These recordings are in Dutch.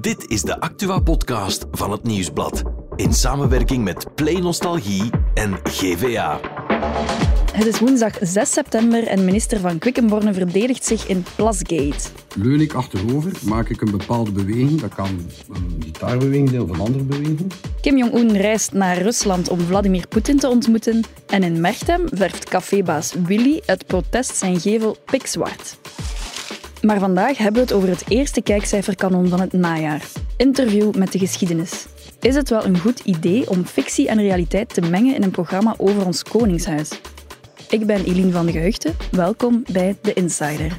Dit is de Actua-podcast van het Nieuwsblad. In samenwerking met Play Nostalgie en GVA. Het is woensdag 6 september en minister van Quickenborne verdedigt zich in Plasgate. Leun ik achterover, maak ik een bepaalde beweging. Dat kan een gitaarbeweging zijn of een andere beweging. Kim Jong-un reist naar Rusland om Vladimir Poetin te ontmoeten. En in Merchtem verft cafébaas Willy uit protest zijn gevel pikzwart. Maar vandaag hebben we het over het eerste kijkcijferkanon van het najaar. Interview met de geschiedenis. Is het wel een goed idee om fictie en realiteit te mengen in een programma over ons koningshuis? Ik ben Eline van de Gehuchten. Welkom bij The Insider.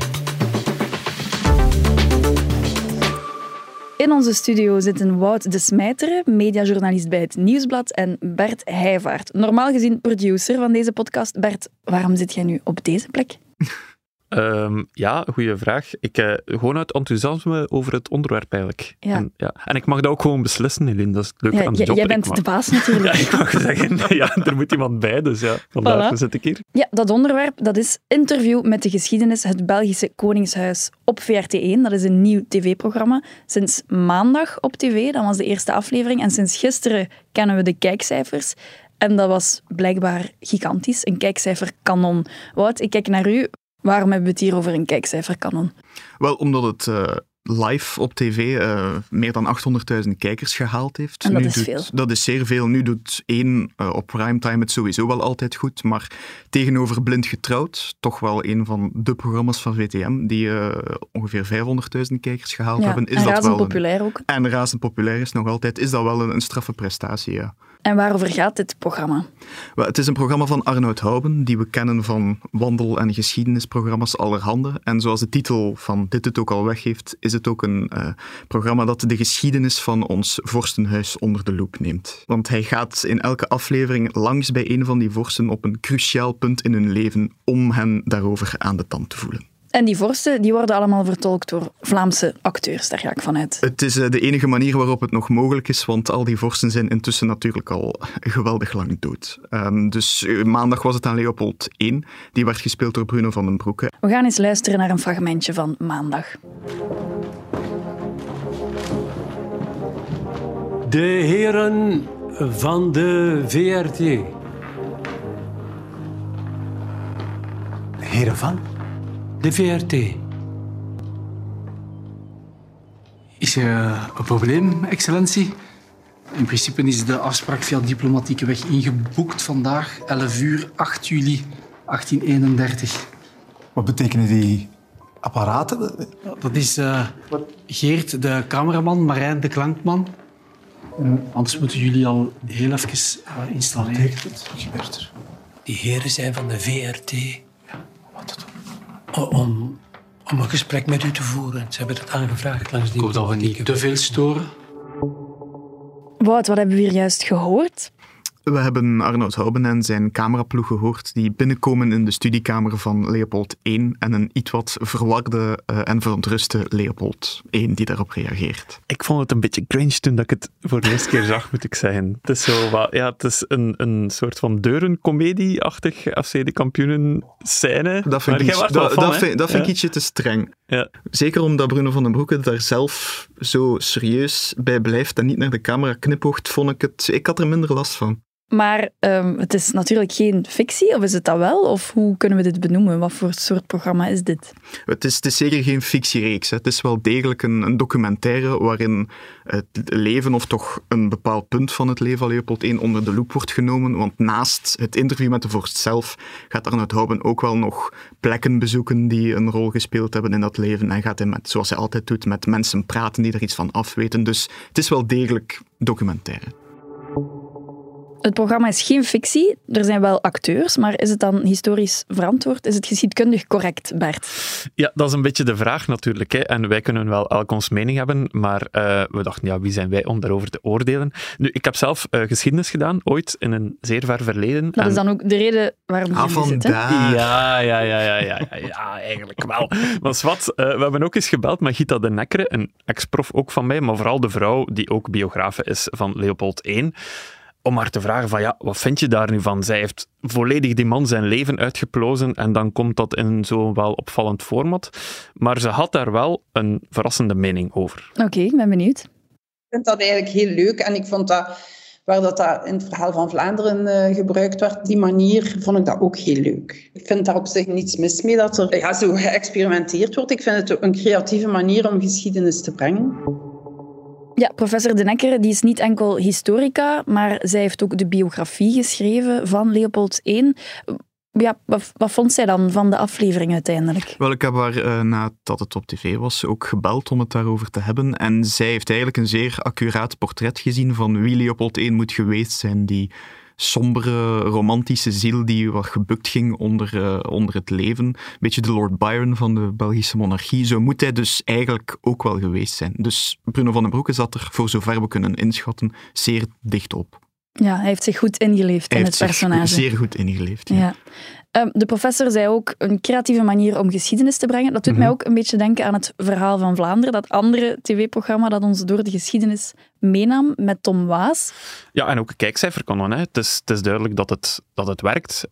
In onze studio zitten Wout de Smijteren, mediajournalist bij het Nieuwsblad, en Bert Heijvaart, normaal gezien producer van deze podcast. Bert, waarom zit jij nu op deze plek? Ja, goede vraag. Gewoon uit enthousiasme over het onderwerp eigenlijk. Ja. En ik mag dat ook gewoon beslissen, Eline. Dat is het leuke aan de job. Jij bent de baas natuurlijk. Ja, ik mag zeggen, er moet iemand bij, dus ja, vandaar zit ik hier. Ja, dat onderwerp, dat is Interview met de geschiedenis, het Belgische Koningshuis op VRT1. Dat is een nieuw tv-programma. Sinds maandag op tv, dat was de eerste aflevering. En sinds gisteren kennen we de kijkcijfers. En dat was blijkbaar gigantisch, een kijkcijferkanon. Wout, ik kijk naar u. Waarom hebben we het hier over een kijkcijferkanon? Wel, omdat het live op tv meer dan 800.000 kijkers gehaald heeft. En dat is veel. Dat is zeer veel. Nu doet 1 op primetime het sowieso wel altijd goed, maar tegenover Blind Getrouwd, toch wel een van de programma's van VTM, die ongeveer 500.000 kijkers gehaald hebben. Is en dat razend wel populair ook. En razend populair is nog altijd. Is dat wel een straffe prestatie, ja. En waarover gaat dit programma? Wel, het is een programma van Arnoud Houben, die we kennen van wandel- en geschiedenisprogramma's allerhande. En zoals de titel van dit het ook al weggeeft, is het ook een programma dat de geschiedenis van ons vorstenhuis onder de loep neemt. Want hij gaat in elke aflevering langs bij een van die vorsten op een cruciaal punt in hun leven om hen daarover aan de tand te voelen. En die vorsten die worden allemaal vertolkt door Vlaamse acteurs, daar ga ik vanuit. Het is de enige manier waarop het nog mogelijk is, want al die vorsten zijn intussen natuurlijk al geweldig lang dood. Dus maandag was het aan Leopold I, die werd gespeeld door Bruno van den Broeke. We gaan eens luisteren naar een fragmentje van maandag. De heren van de VRT. De heren van? De VRT. Is er een probleem, excellentie? In principe is de afspraak via diplomatieke weg ingeboekt vandaag, 11 uur, 8 juli 1831. Wat betekenen die apparaten? Dat is Geert, de cameraman, Marijn, de klankman. Anders moeten jullie al heel even installeren. Wat gebeurt er? Die heren zijn van de VRT. Ja, wat te doen? Om een gesprek met u te voeren. Ze hebben dat aangevraagd langs die... Ik hoop dat we niet te veel storen. Wout, wat hebben we hier juist gehoord? We hebben Arnoud Houben en zijn cameraploeg gehoord die binnenkomen in de studiekamer van Leopold I en een iets wat verwarde en verontruste Leopold I die daarop reageert. Ik vond het een beetje cringe toen dat ik het voor de eerste keer zag, moet ik zeggen. Het is zo wat, het is een soort van deurencomedie-achtig FC de kampioenen scène. Dat vind ik ietsje te streng. Ja. Zeker omdat Bruno van den Broeke daar zelf zo serieus bij blijft en niet naar de camera knipoogt, vond ik had er minder last van. Maar het is natuurlijk geen fictie, of is het dat wel? Of hoe kunnen we dit benoemen? Wat voor soort programma is dit? Het is zeker geen fictiereeks. Het is wel degelijk een documentaire waarin het leven, of toch een bepaald punt van het leven van Leopold I onder de loep wordt genomen. Want naast het interview met de vorst zelf gaat Arnoud Houben ook wel nog plekken bezoeken die een rol gespeeld hebben in dat leven. En gaat hij, zoals hij altijd doet, met mensen praten die er iets van afweten. Dus het is wel degelijk documentaire. Het programma is geen fictie, er zijn wel acteurs, maar is het dan historisch verantwoord? Is het geschiedkundig correct, Bert? Ja, dat is een beetje de vraag natuurlijk. Hè. En wij kunnen wel elk ons mening hebben, maar we dachten, wie zijn wij om daarover te oordelen? Nu, ik heb zelf geschiedenis gedaan, ooit, in een zeer ver verleden. Dat is dan ook de reden waarom je zit, hè? Ja, eigenlijk wel. Maar zwart, we hebben ook eens gebeld met Gita de Nekkere, een ex-prof ook van mij, maar vooral de vrouw die ook biografe is van Leopold I. om haar te vragen van, ja, wat vind je daar nu van? Zij heeft volledig die man zijn leven uitgeplozen en dan komt dat in zo'n wel opvallend format. Maar ze had daar wel een verrassende mening over. Oké, ik ben benieuwd. Ik vind dat eigenlijk heel leuk en ik vond dat, waar dat in het verhaal van Vlaanderen gebruikt werd, die manier, vond ik dat ook heel leuk. Ik vind daar op zich niets mis mee dat er zo geëxperimenteerd wordt. Ik vind het een creatieve manier om geschiedenis te brengen. Ja, professor De Necker die is niet enkel historica, maar zij heeft ook de biografie geschreven van Leopold I. Ja, wat vond zij dan van de aflevering uiteindelijk? Wel, ik heb haar, nadat het op tv was, ook gebeld om het daarover te hebben. En zij heeft eigenlijk een zeer accuraat portret gezien van wie Leopold I moet geweest zijn. Die sombere, romantische ziel die wat gebukt ging onder het leven. Een beetje de Lord Byron van de Belgische monarchie. Zo moet hij dus eigenlijk ook wel geweest zijn. Dus Bruno van den Broeke zat er, voor zover we kunnen inschatten, zeer dicht op. Ja, hij heeft zich goed ingeleefd in het personage. Hij heeft zich zeer goed ingeleefd. Ja. De professor zei ook een creatieve manier om geschiedenis te brengen. Dat doet mij ook een beetje denken aan het Verhaal van Vlaanderen, dat andere tv-programma dat ons door de geschiedenis meenam met Tom Waas. Ja, en ook een kijkcijferkanon. Het is duidelijk dat het werkt.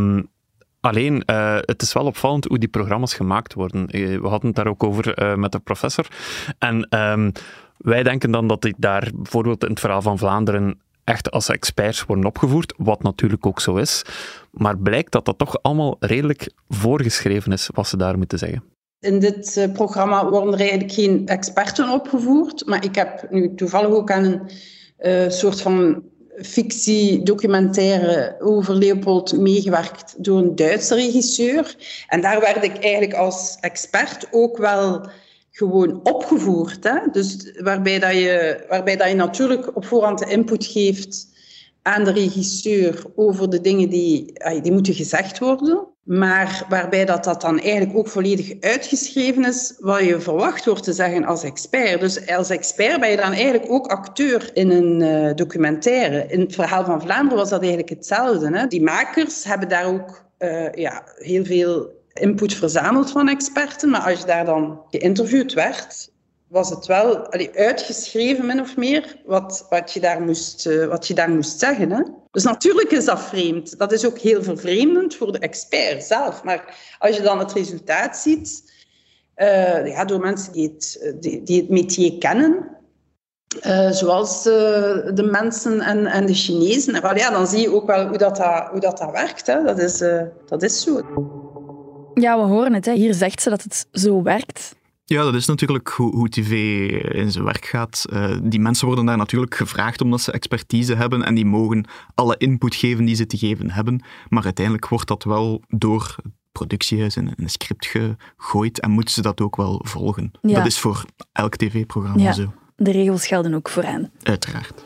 Alleen, het is wel opvallend hoe die programma's gemaakt worden. We hadden het daar ook over met de professor. En wij denken dan dat die daar bijvoorbeeld in het Verhaal van Vlaanderen echt als experts worden opgevoerd, wat natuurlijk ook zo is. Maar blijkt dat dat toch allemaal redelijk voorgeschreven is, wat ze daar moeten zeggen. In dit programma worden er eigenlijk geen experten opgevoerd, maar ik heb nu toevallig ook aan een soort van fictiedocumentaire over Leopold meegewerkt door een Duitse regisseur. En daar werd ik eigenlijk als expert ook wel gewoon opgevoerd. Hè? Dus waarbij dat je natuurlijk op voorhand de input geeft aan de regisseur over de dingen die moeten gezegd worden. Maar waarbij dat dan eigenlijk ook volledig uitgeschreven is wat je verwacht wordt te zeggen als expert. Dus als expert ben je dan eigenlijk ook acteur in een documentaire. In het Verhaal van Vlaanderen was dat eigenlijk hetzelfde. Hè? Die makers hebben daar ook heel veel input verzameld van experten, maar als je daar dan geïnterviewd werd, was het wel uitgeschreven, min of meer, wat je daar moest zeggen. Hè? Dus natuurlijk is dat vreemd. Dat is ook heel vervreemdend voor de expert zelf. Maar als je dan het resultaat ziet, door mensen die het métier kennen, zoals de mensen en de Chinezen, dan zie je ook wel hoe dat werkt. Hè? Dat is zo. Ja, we horen het. Hè. Hier zegt ze dat het zo werkt. Ja, dat is natuurlijk hoe tv in zijn werk gaat. Die mensen worden daar natuurlijk gevraagd omdat ze expertise hebben en die mogen alle input geven die ze te geven hebben. Maar uiteindelijk wordt dat wel door het productiehuis in een script gegooid en moeten ze dat ook wel volgen. Ja. Dat is voor elk tv-programma zo. De regels gelden ook voor hen. Uiteraard.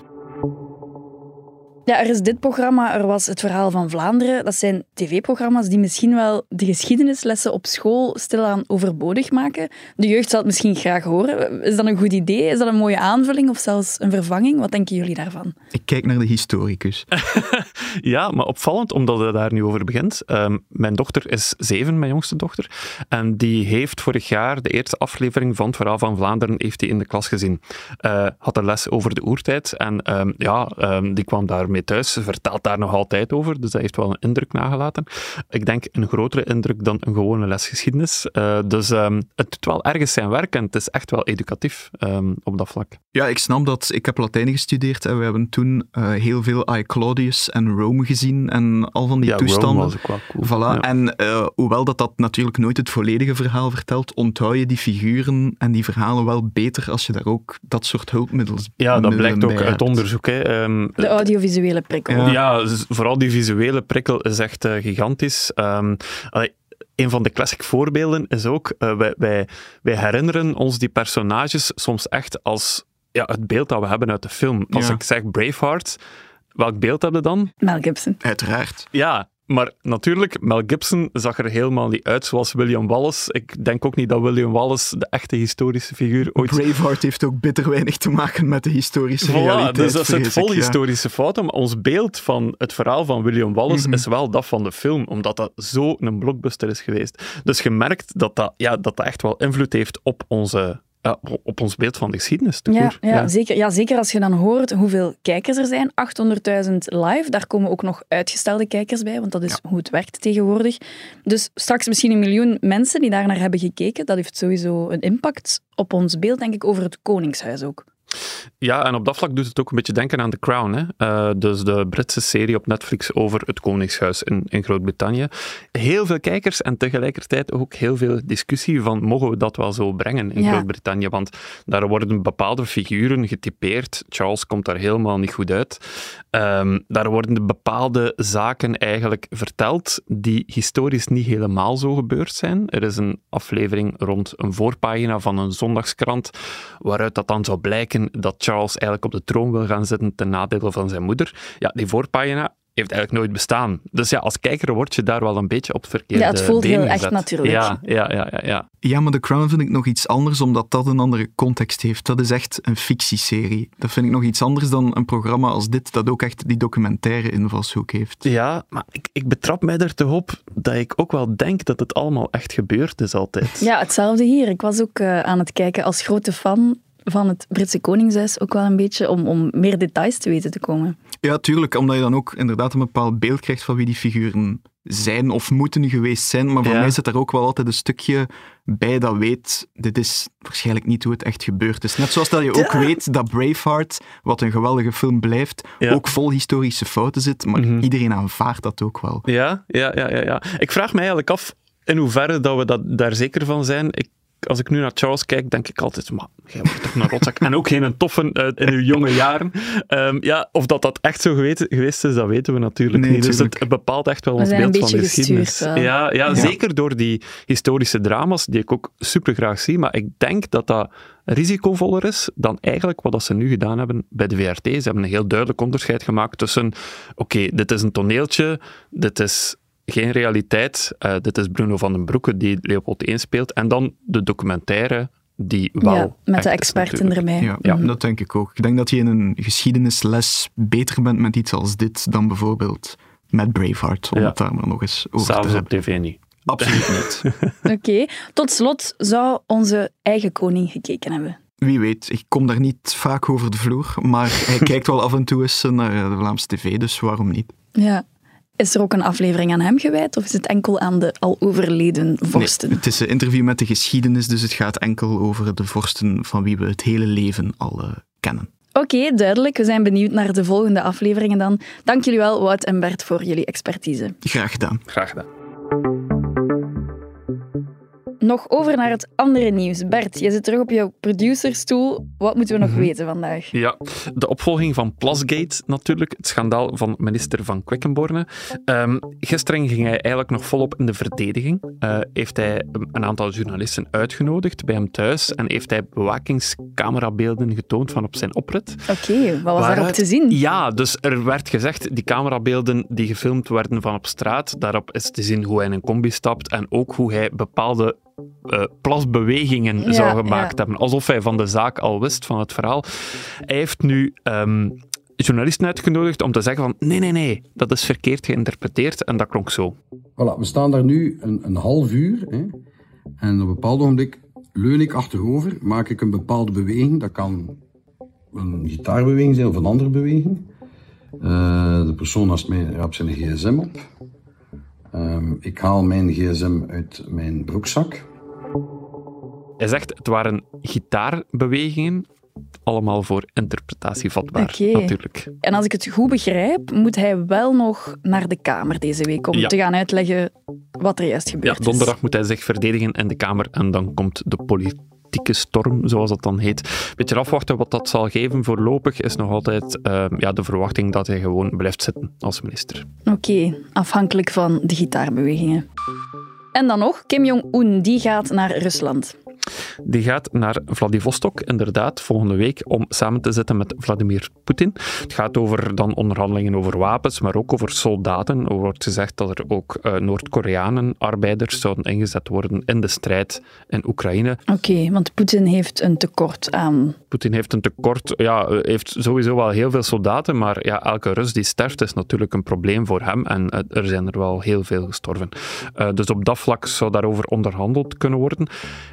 Ja, er is dit programma, er was het Verhaal van Vlaanderen. Dat zijn tv-programma's die misschien wel de geschiedenislessen op school stilaan overbodig maken. De jeugd zal het misschien graag horen. Is dat een goed idee? Is dat een mooie aanvulling of zelfs een vervanging? Wat denken jullie daarvan? Ik kijk naar de historicus. Ja, maar opvallend, omdat het daar nu over begint. Mijn dochter is 7, mijn jongste dochter. En die heeft vorig jaar de eerste aflevering van het Verhaal van Vlaanderen heeft die in de klas gezien. Had een les over de oertijd. En die kwam daarmee thuis. Ze vertelt daar nog altijd over. Dus dat heeft wel een indruk nagelaten. Ik denk een grotere indruk dan een gewone les geschiedenis. Dus het doet wel ergens zijn werk en het is echt wel educatief op dat vlak. Ja, ik snap dat. Ik heb Latijn gestudeerd en we hebben toen heel veel I, Claudius en Rome gezien en al van die toestanden. Rome was ook wel cool. Voilà. Ja. En hoewel dat natuurlijk nooit het volledige verhaal vertelt, onthoud je die figuren en die verhalen wel beter als je daar ook dat soort hulpmiddelen Ja, dat blijkt ook uit onderzoek. Hè. De audiovisuele prikkel. Ja, vooral die visuele prikkel is echt gigantisch. Een van de classic voorbeelden is ook, wij herinneren ons die personages soms echt als het beeld dat we hebben uit de film. Als ik zeg Braveheart, welk beeld heb je dan? Mel Gibson. Uiteraard. Ja, maar natuurlijk, Mel Gibson zag er helemaal niet uit zoals William Wallace. Ik denk ook niet dat William Wallace de echte historische figuur ooit... Braveheart heeft ook bitter weinig te maken met de historische realiteit. Dus dat zit vol historische fouten, maar ons beeld van het verhaal van William Wallace is wel dat van de film, omdat dat zo een blockbuster is geweest. Dus je merkt dat echt wel invloed heeft op onze op ons beeld van de geschiedenis. Zeker als je dan hoort hoeveel kijkers er zijn. 800.000 live, daar komen ook nog uitgestelde kijkers bij, want dat is hoe het werkt tegenwoordig. Dus straks misschien 1 miljoen mensen die daar naar hebben gekeken. Dat heeft sowieso een impact op ons beeld, denk ik, over het Koningshuis ook. Ja, en op dat vlak doet het ook een beetje denken aan The Crown. Hè? Dus de Britse serie op Netflix over het Koningshuis in Groot-Brittannië. Heel veel kijkers en tegelijkertijd ook heel veel discussie van mogen we dat wel zo brengen in Groot-Brittannië? Want daar worden bepaalde figuren getypeerd. Charles komt daar helemaal niet goed uit. Daar worden bepaalde zaken eigenlijk verteld die historisch niet helemaal zo gebeurd zijn. Er is een aflevering rond een voorpagina van een zondagskrant waaruit dat dan zou blijken dat Charles eigenlijk op de troon wil gaan zitten ten nadele van zijn moeder. Ja, die voorpagina heeft eigenlijk nooit bestaan. Dus ja, als kijker word je daar wel een beetje op het verkeerde het voelt heel gezet. echt natuurlijk. Ja, maar The Crown vind ik nog iets anders, omdat dat een andere context heeft. Dat is echt een fictieserie. Dat vind ik nog iets anders dan een programma als dit, dat ook echt die documentaire invalshoek heeft. Ja, maar ik betrap mij er toch op dat ik ook wel denk dat het allemaal echt gebeurd is altijd. Ja, hetzelfde hier. Ik was ook aan het kijken als grote fan van het Britse Koningshuis, ook wel een beetje om meer details te weten te komen. Ja, tuurlijk, omdat je dan ook inderdaad een bepaald beeld krijgt van wie die figuren zijn of moeten geweest zijn, maar voor mij zit er ook wel altijd een stukje bij dat weet, dit is waarschijnlijk niet hoe het echt gebeurd is. Net zoals dat je ook weet dat Braveheart, wat een geweldige film blijft, ook vol historische fouten zit, maar iedereen aanvaardt dat ook wel. Ja. Ik vraag me eigenlijk af in hoeverre dat we daar zeker van zijn. Als ik nu naar Charles kijk, denk ik altijd, maar jij wordt toch een rotzak. En ook geen toffe in uw jonge jaren. Of dat echt zo geweest is, dat weten we natuurlijk niet. Dus het bepaalt echt wel ons beeld van de geschiedenis. Ja, zeker door die historische drama's, die ik ook super graag zie. Maar ik denk dat dat risicovoller is dan eigenlijk wat ze nu gedaan hebben bij de VRT. Ze hebben een heel duidelijk onderscheid gemaakt tussen dit is een toneeltje, dit is geen realiteit. Dit is Bruno van den Broeke die Leopold I speelt. En dan de documentaire die wel met de experten erbij. Ja, dat denk ik ook. Ik denk dat je in een geschiedenisles beter bent met iets als dit dan bijvoorbeeld met Braveheart, om het daar maar nog eens over te hebben. Op tv niet. Absoluut niet. Oké. Tot slot zou onze eigen koning gekeken hebben. Wie weet, ik kom daar niet vaak over de vloer, maar hij kijkt wel af en toe eens naar de Vlaamse tv, dus waarom niet? Ja. Is er ook een aflevering aan hem gewijd, of is het enkel aan de al overleden vorsten? Nee, het is een interview met de geschiedenis, dus het gaat enkel over de vorsten van wie we het hele leven al kennen. Oké, duidelijk. We zijn benieuwd naar de volgende afleveringen dan. Dank jullie wel, Wout en Bert, voor jullie expertise. Graag gedaan. Graag gedaan. Nog over naar het andere nieuws. Bert, je zit terug op jouw producerstoel. Wat moeten we nog weten vandaag? Ja, de opvolging van Plasgate natuurlijk. Het schandaal van minister Van Quickenborne. Gisteren ging hij eigenlijk nog volop in de verdediging. Heeft hij een aantal journalisten uitgenodigd bij hem thuis en heeft hij bewakingscamerabeelden getoond van op zijn oprit. Oké, wat was daarop te zien? Ja, dus er werd gezegd, die camerabeelden die gefilmd werden van op straat, daarop is te zien hoe hij in een combi stapt en ook hoe hij bepaalde plasbewegingen zou gemaakt hebben. Alsof hij van de zaak al wist, van het verhaal. Hij heeft nu journalisten uitgenodigd om te zeggen van nee, dat is verkeerd geïnterpreteerd en dat klonk zo. Voilà, we staan daar nu een half uur hè, en op een bepaald ogenblik leun ik achterover, maak ik een bepaalde beweging. Dat kan een gitaarbeweging zijn of een andere beweging. De persoon naast mij raapt zijn gsm op. Ik haal mijn gsm uit mijn broekzak. Hij zegt, het waren gitaarbewegingen, allemaal voor interpretatie vatbaar, natuurlijk. En als ik het goed begrijp, moet hij wel nog naar de Kamer deze week om te gaan uitleggen wat er juist gebeurd is. Donderdag moet hij zich verdedigen in de Kamer en dan komt de politieke storm, zoals dat dan heet. Beetje afwachten wat dat zal geven. Voorlopig is nog altijd de verwachting dat hij gewoon blijft zitten als minister. Oké, afhankelijk van de gitaarbewegingen. En dan nog, Kim Jong-un, die gaat naar Rusland. Die gaat naar Vladivostok, inderdaad, volgende week, om samen te zitten met Vladimir Poetin. Het gaat over dan onderhandelingen over wapens, maar ook over soldaten. Er wordt gezegd dat er ook Noord-Koreanen, arbeiders, zouden ingezet worden in de strijd in Oekraïne. Oké, want Poetin heeft een tekort aan... Poetin heeft een tekort, heeft sowieso wel heel veel soldaten, maar elke Rus die sterft is natuurlijk een probleem voor hem en er zijn er wel heel veel gestorven. Dus op dat vlak zou daarover onderhandeld kunnen worden. Experts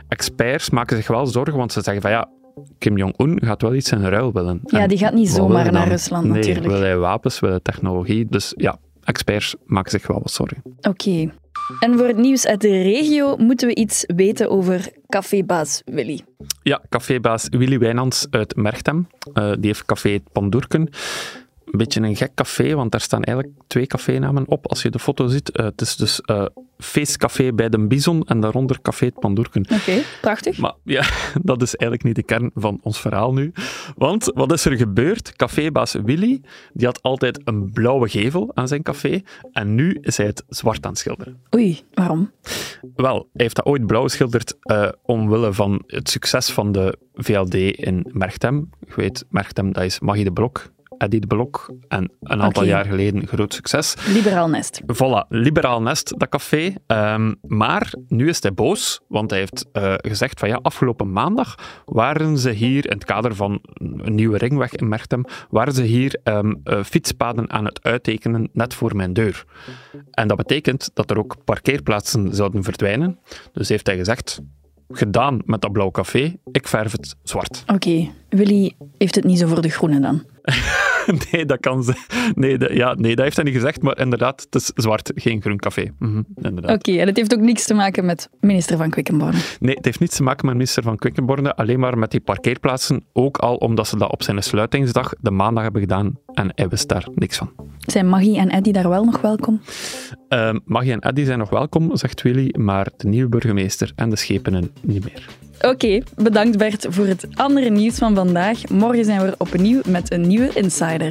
experts maken zich wel zorgen, want ze zeggen van ja, Kim Jong-un gaat wel iets in ruil willen. Ja, en die gaat niet zomaar naar Rusland, nee, natuurlijk. Wil hij wapens, wil hij technologie. Dus ja, experts maken zich wel wat zorgen. Oké. En voor het nieuws uit de regio moeten we iets weten over cafébaas Willy. Ja, cafébaas Willy Wijnands uit Merchtem. Die heeft café Pandoerken. Een beetje een gek café, want daar staan eigenlijk 2 cafénamen op als je de foto ziet. Het is dus Feestcafé bij de Bison en daaronder Café Pandoerken. Oké, prachtig. Maar ja, dat is eigenlijk niet de kern van ons verhaal nu. Want wat is er gebeurd? Cafébaas Willy, die had altijd een blauwe gevel aan zijn café en nu is hij het zwart aan het schilderen. Oei, waarom? Wel, hij heeft dat ooit blauw geschilderd omwille van het succes van de VLD in Merchtem. Je weet, Merchtem, dat is Magie de Blok, Eddy de Blok en een aantal jaar geleden groot succes. Liberaal Nest. Voilà, Liberaal Nest, dat café. Maar nu is hij boos, want hij heeft gezegd van ja, afgelopen maandag waren ze hier, in het kader van een nieuwe ringweg in Merchtem, waren ze hier fietspaden aan het uittekenen net voor mijn deur. En dat betekent dat er ook parkeerplaatsen zouden verdwijnen. Dus heeft hij gezegd, gedaan met dat blauw café, ik verf het zwart. Oké, Willy heeft het niet zo voor de groenen dan. Nee, dat kan ze. Nee, dat heeft hij niet gezegd, maar inderdaad, het is zwart, geen groen café. Oké, en het heeft ook niks te maken met minister van Quickenborne? Nee, het heeft niets te maken met minister van Quickenborne, alleen maar met die parkeerplaatsen, ook al omdat ze dat op zijn sluitingsdag, de maandag, hebben gedaan en hij wist daar niks van. Zijn Maggie en Eddy daar wel nog welkom? Maggie en Eddy zijn nog welkom, zegt Willy, maar de nieuwe burgemeester en de schepenen niet meer. Oké, bedankt Bert voor het andere nieuws van vandaag. Morgen zijn we er opnieuw met een nieuwe Insider.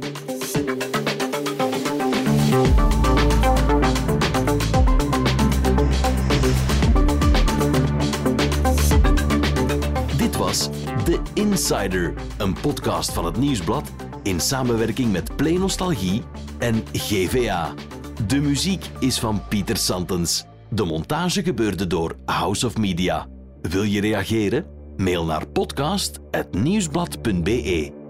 Dit was The Insider, een podcast van het Nieuwsblad in samenwerking met Play Nostalgie en GVA. De muziek is van Pieter Santens. De montage gebeurde door House of Media. Wil je reageren? Mail naar podcast@nieuwsblad.be.